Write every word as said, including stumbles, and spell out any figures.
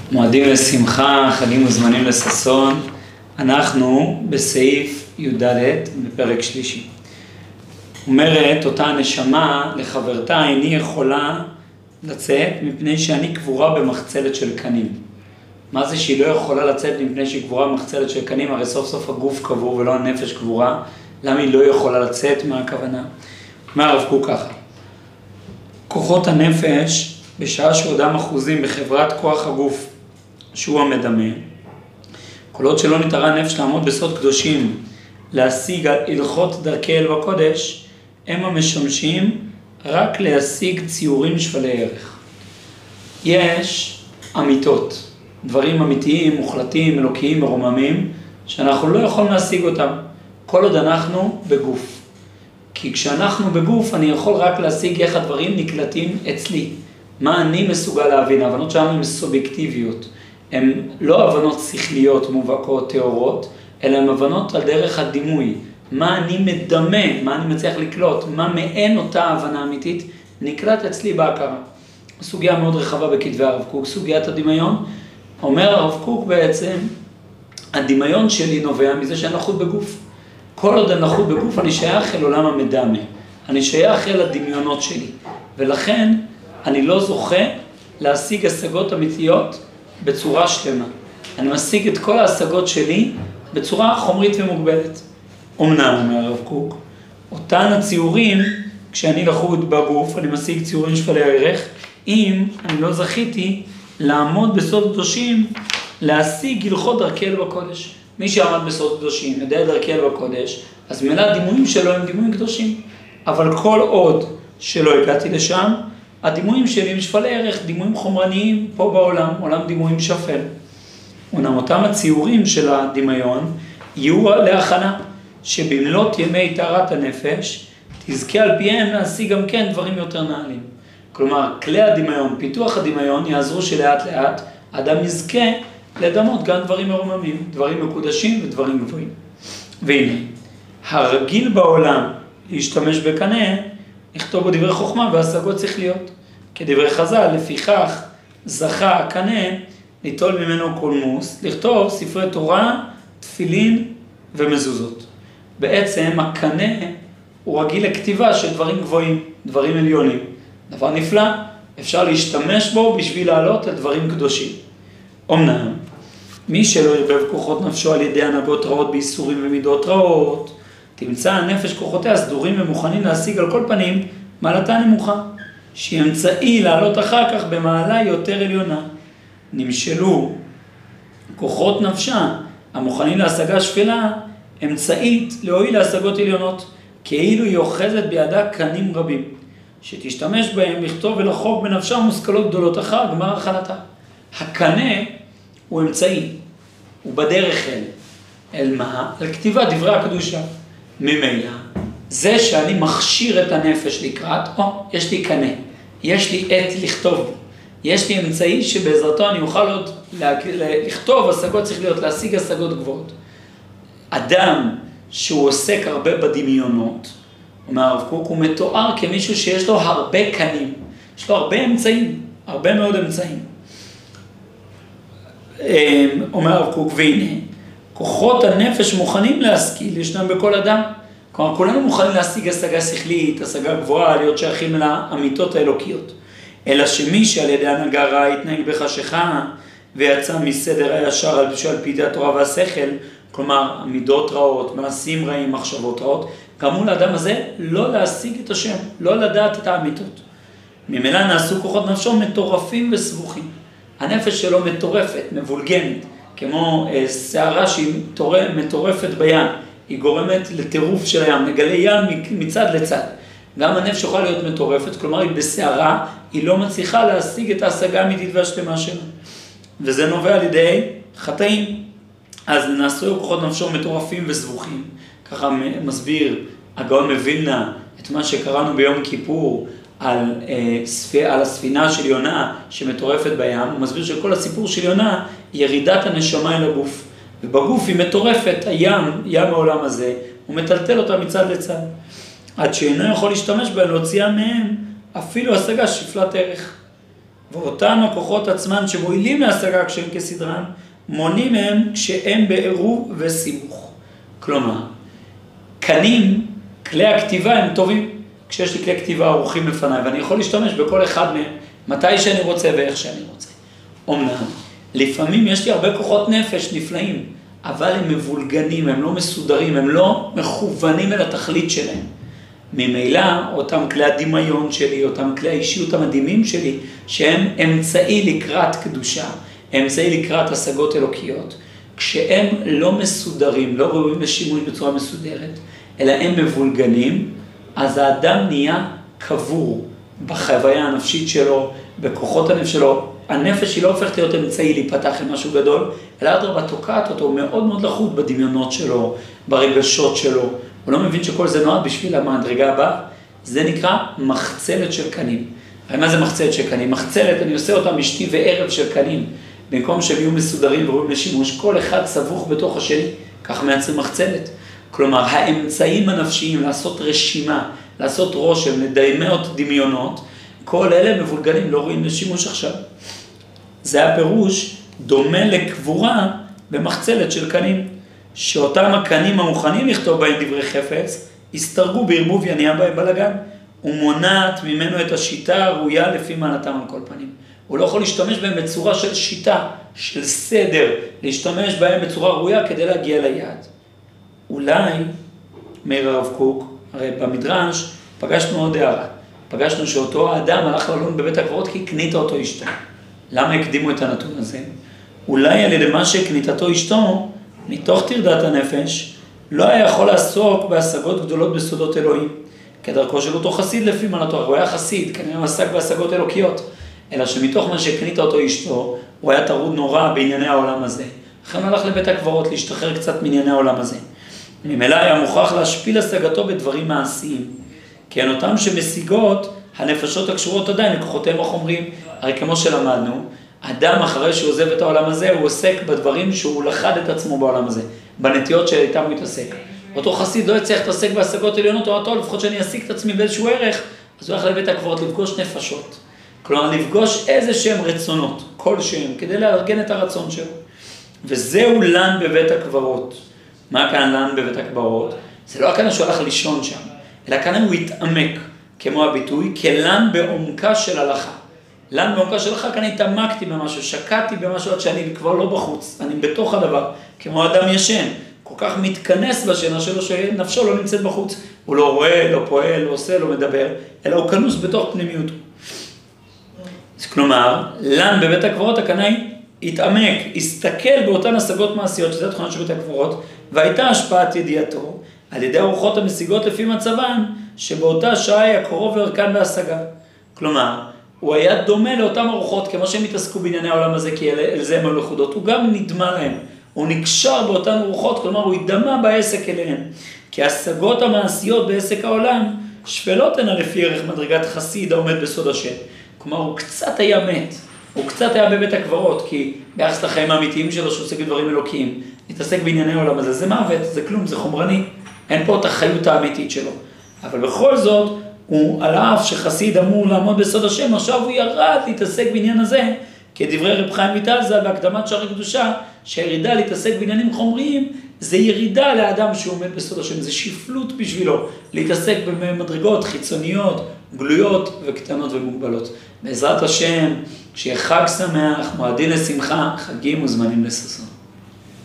מועדים לשמחה, חגים וזמנים לששון. אנחנו בסעיף י"ד בפרק שלישי. אומרת אותה הנשמה לחברתה, איני יכולה לצאת מפני שאני קבורה במחצלת של קנים. מה זה שהיא לא יכולה לצאת מפני שהיא קבורה במחצלת של קנים? הרי סוף סוף הגוף קבור ולא הנפש קבורה. למה היא לא יכולה לצאת? מה הכוונה? אומר הרב קוק ככה. כוחות הנפש, בשעה שעודם אחוזים בחברת כוח הגוף, שהוא המדמה, כל עוד שלא נתערה הנפש לעמוד בסוד קדושים, להשיג הלכות דרכי אל בקודש, הם המשמשים רק להשיג ציורים שפלי ערך. יש אמיתות, דברים אמיתיים, מוחלטים, אלוקיים, מרוממים, שאנחנו לא יכולים להשיג אותם, כל עוד אנחנו בגוף. כי כשאנחנו בגוף, אני יכול רק להשיג איך הדברים נקלטים אצלי. מה אני מסוגל להבין? ההבנות שלנו הן סובייקטיביות. הן לא הבנות שכליות, מובהקות, תיאורות, אלא הן הבנות על דרך הדימוי. מה אני מדמה, מה אני מצליח לקלוט, מה מעין אותה הבנה אמיתית, נקלט אצלי בהכרה. סוגיה מאוד רחבה בכתבי הרב קוק, סוגיית הדמיון. אומר הרב קוק בעצם, הדמיון שלי נובע מזה שאני נחות בגוף. כל עוד אני נחות בגוף, אני שייך אל עולם המדמה. אני שייך אל הדמיונות שלי. ולכן אני לא זוכה להשיג השגות אמיתיות בצורה שלמה. אני משיג את כל ההשגות שלי בצורה חומרית ומוגבלת. אמנם, אומר הרב קוק, אותן הציורים, כשאני לחוד בגוף, אני משיג ציורים שפלי ערך, אם אני לא זכיתי לעמוד בסוד קדושים, להשיג הלכות דרכי אל בקודש. מי שעמד בסוד קדושים, יודע דרכי אל בקודש, אז ממילא הדימויים שלו הם דימויים קדושים. אבל כל עוד שלא הגעתי לשם, הדימויים שלי הם שפלי ערך, דימויים חומרניים פה בעולם, עולם דימויים שפל. אומנם אותם הציורים של הדמיון יהיו להכנה, שבמלאת ימי טהרת הנפש, תזכה על פיהם להשיג גם כן דברים יותר נעלים. כלומר, כלי הדמיון, פיתוח הדמיון, יעזרו שלאט לאט, אדם יזכה לדמות גם דברים מרוממים, דברים מקודשים ודברים גבוהים. והנה, הרגיל בעולם להשתמש בקנה, לכתוב בו דברי חוכמה והשגות שכליות. כדברי חז"ל, לפיכך זכה הקנה ליטול ממנו קולמוס, לכתוב ספרי תורה, תפילין ומזוזות. בעצם הקנה הוא רגיל לכתיבה של דברים גבוהים, דברים עליונים. דבר נפלא, אפשר להשתמש בו בשביל לעלות על דברים קדושים. אמנם, מי שלא ירבב כוחות נפשו על ידי הנהגות רעות בייסורים ומידות רעות, תמצא הנפש כוחותיה סדורים ומוכנים להשיג על כל פנים מעלתה נמוכה, שהיא אמצעי לעלות אחר כך במעלה יותר עליונה. נמשלו כוחות נפשה המוכנים להשגה שפלה, אמצעית להועיל להשגות עליונות, כאילו היא אוחזת בידה קנים רבים, שתשתמש בהם לכתוב ולחוק בנפשה מושכלות גדולות אחר גמר הכנתה. הקנה הוא אמצעי, הוא בדרך אל, אל מה? על כתיבת דברי הקדושה. ממילא, זה שאני מכשיר את הנפש לקראת, או, יש לי קנה, יש לי עת לכתוב בו, יש לי אמצעי שבעזרתו אני אוכל עוד לכתוב השגות צריך להיות, להשיג השגות גבוהות. אדם שהוא עוסק הרבה בדמיונות, אומר הרב קוק, הוא מתואר כמישהו שיש לו הרבה קנים, יש לו הרבה אמצעים, הרבה מאוד אמצעים. אומר הרב קוק, והנה, כוחות הנפש מוכנים להשכיל, ישנם בכל אדם. כלומר, כולנו מוכנים להשיג השגה שכלית, השגה גבוהה, להיות שייכים אל האמיתות האלוקיות. אלא שמי שעל ידי הנהגה רעה התנהג בחשיכה, ויצא מסדר הישר על פי התורה והשכל, כלומר, המידות רעות, מעשים רעים, מחשבות רעות, גרמו לאדם הזה לא להשיג את השם, לא לדעת את האמיתות. ממילא נעשו כוחות נפשו מטורפים וסבוכים. הנפש שלו מטורפת, מבולגנת, כמו אה, שערה שהיא מטורפת בים, היא גורמת לטירוף של הים, מגלי ים מצד לצד. גם הנפש יכולה להיות מטורפת, כלומר היא בשערה, היא לא מצליחה להשיג את ההשגה האמיתית והשלמה שלה. וזה נובע על ידי חטאים. אז נעשו כוחות נפשו מטורפים וסבוכים. ככה מסביר הגאון מווילנה את מה שקראנו ביום כיפור, על, אה, ספי, על הספינה של יונה שמטורפת בים. הוא מסביר שכל הסיפור של יונה היא ירידת הנשמה אל הגוף. ובגוף היא מטורפת, הים, ים העולם הזה, הוא מטלטל אותה מצד לצד. עד שאינו יכול להשתמש בה, להוציאה מהם אפילו השגה שפלת ערך. ואותם הכוחות עצמם שמועילים להשגה כשהם כסדרם, מונים מהם כשהם בעירוב וסימוך. כלומר, קנים, כלי הכתיבה הם טובים. כשיש לי כלי כתיבה ערוכים לפניי, ואני יכול להשתמש בכל אחד מהם, מתי שאני רוצה ואיך שאני רוצה. אומנם, לפעמים יש לי הרבה כוחות נפש נפלאים, אבל הם מבולגנים, הם לא מסודרים, הם לא מכוונים אל התכלית שלהם. ממילא, אותם כלי הדמיון שלי, אותם כלי האישיות המדהימים שלי, שהם אמצעי לקראת קדושה, אמצעי לקראת השגות אלוקיות, כשהם לא מסודרים, לא ראויים לשימוש בצורה מסודרת, אלא הם מבולגנים, אז האדם נהיה קבור בחוויה הנפשית שלו, בכוחות הנפש שלו. הנפש היא לא הופכת להיות אמצעי להיפתח למשהו גדול, אלא אדרבה תוקעת אותו, הוא מאוד מאוד לחוט בדמיונות שלו, ברגשות שלו. הוא לא מבין שכל זה נועד בשביל המדרגה הבאה. זה נקרא מחצלת של קנים. הרי מה זה מחצלת של קנים? מחצלת, אני עושה אותה משתי וערב של קנים. במקום שהם יהיו מסודרים וראויים לשימוש, כל אחד סבוך בתוך השני, כך מייצרים מחצלת. כלומר, האמצעים הנפשיים לעשות רשימה, לעשות רושם, לדיימות דמיונות, כל אלה מבולגנים, לא רואים לשימוש עכשיו. זה הפירוש דומה לקבורה במחצלת של קנים, שאותם הקנים המוכנים לכתוב בהם דברי חפץ, הסתרגו בערבוב יניה בהם בלגן, ומונעת ממנו את השיטה הראויה לפי מעלתם על כל פנים. הוא לא יכול להשתמש בהם בצורה של שיטה, של סדר, להשתמש בהם בצורה ראויה כדי להגיע ליעד. אולי, מאיר הרב קוק, הרי במדרש פגשנו עוד הערה, פגשנו שאותו האדם הלך ללון בבית הקברות כי קנית אותו אשתו. למה הקדימו את הנתון הזה? אולי על ידי מה שקניתתו אשתו, מתוך תרדת הנפש, לא היה יכול לעסוק בהשגות גדולות בסודות אלוהים, כדרכו של אותו חסיד לפי מעלתו, הוא היה חסיד, כנראה הוא עסק בהשגות אלוקיות, אלא שמתוך מה שקנית אותו אשתו, הוא היה טרוד נורא בענייני העולם הזה. לכן הלך לבית הקברות להשתחרר קצת מענייני העולם הזה. ממילא היה מוכרח להשפיל השגתו בדברים מעשיים, כי הן אותם שמשיגות הנפשות הקשורות עדיין לכוחותיהם החומריים. הרי כמו שלמדנו, אדם אחרי שהוא עוזב את העולם הזה, הוא עוסק בדברים שהוא לחד את עצמו בעולם הזה, בנטיות שאיתם הוא יתעסק. אותו חסיד לא יצטרך להתעסק בהשגות עליונות, או אותו, לפחות שאני אשיג את עצמי באיזשהו ערך, אז הוא הולך לבית הקברות לפגוש נפשות. כלומר, לפגוש איזה שהם רצונות, כלשהם, כדי לארגן את הרצון שלו. וזהו לן בבית הקברות. מה כאן לן בבית הקברות? זה לא הכנה שהוא הלך לישון שם, אלא כאן הוא התעמק, כמו הביטוי, כלן בעומקה של הלכה. לן בעומקה של הלכה, כאן התעמקתי במשהו, שקעתי במשהו עד שאני כבר לא בחוץ, אני בתוך הדבר, כמו אדם ישן, כל כך מתכנס בשינה שלו שנפשו לא נמצאת בחוץ. הוא לא רואה, לא פועל, לא עושה, לא מדבר, אלא הוא כנוס בתוך פנימיות. כלומר, לן בבית הקברות, הכנה היא התעמק, הסתכל באותן השגות מעשיות, שזה התכונה של בית הקברות, והייתה השפעת ידיעתו, על ידי ארוחות המשיגות לפי מצבן, שבאותה שעה היה קרוב לערכן בהשגה. כלומר, הוא היה דומה לאותם ארוחות, כמו שהם התעסקו בענייני העולם הזה, כי אל זה הם הלכודות, הוא גם נדמה להם, הוא נקשר באותן ארוחות, כלומר, הוא ידמה בעסק אליהם. כי ההשגות המעשיות בעסק העולם, שפלות הנה לפי ערך מדרגת חסיד העומד בסוד השם. כלומר, הוא קצת היה מת, הוא קצת היה בבית הקברות, כי ביחס לחיים האמיתיים שלו, שהוא עוסק בדברים אלוקיים, התעסק בענייני העולם הזה, זה מוות, זה כלום, זה חומרני, אין פה את החיות האמיתית שלו. אבל בכל זאת, הוא על אף שחסיד אמור לעמוד בסוד השם, עכשיו הוא ירד להתעסק בעניין הזה, כדברי רב חיים ויטלזל בהקדמת שערי קדושה, שהירידה להתעסק בעניינים חומריים, זה ירידה לאדם שהוא עומד בסוד השם, זה שפלות בשבילו, להתעסק במדרגות חיצוניות, גלויות וקטנות ומוגבלות. בעזרת השם, שיהיה חג שמח, מועדים לשמחה, חגים וזמנים לששון.